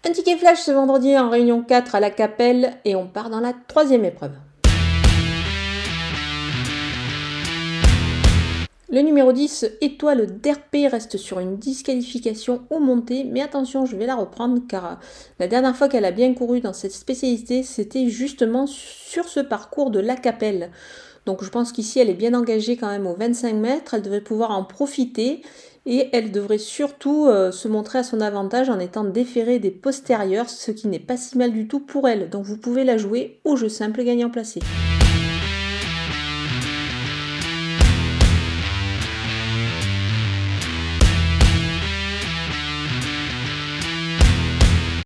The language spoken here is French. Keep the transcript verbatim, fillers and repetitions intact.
Un ticket flash ce vendredi en réunion quatre à la Capelle et on part dans la troisième épreuve. Le numéro dix, Étoile d'Herpé, reste sur une disqualification au monté, mais attention, je vais la reprendre car la dernière fois qu'elle a bien couru dans cette spécialité, c'était justement sur ce parcours de la Capelle. Donc je pense qu'ici, elle est bien engagée quand même aux vingt-cinq mètres, elle devrait pouvoir en profiter et elle devrait surtout euh, se montrer à son avantage en étant déférée des postérieurs, ce qui n'est pas si mal du tout pour elle. Donc vous pouvez la jouer au jeu simple gagnant placé.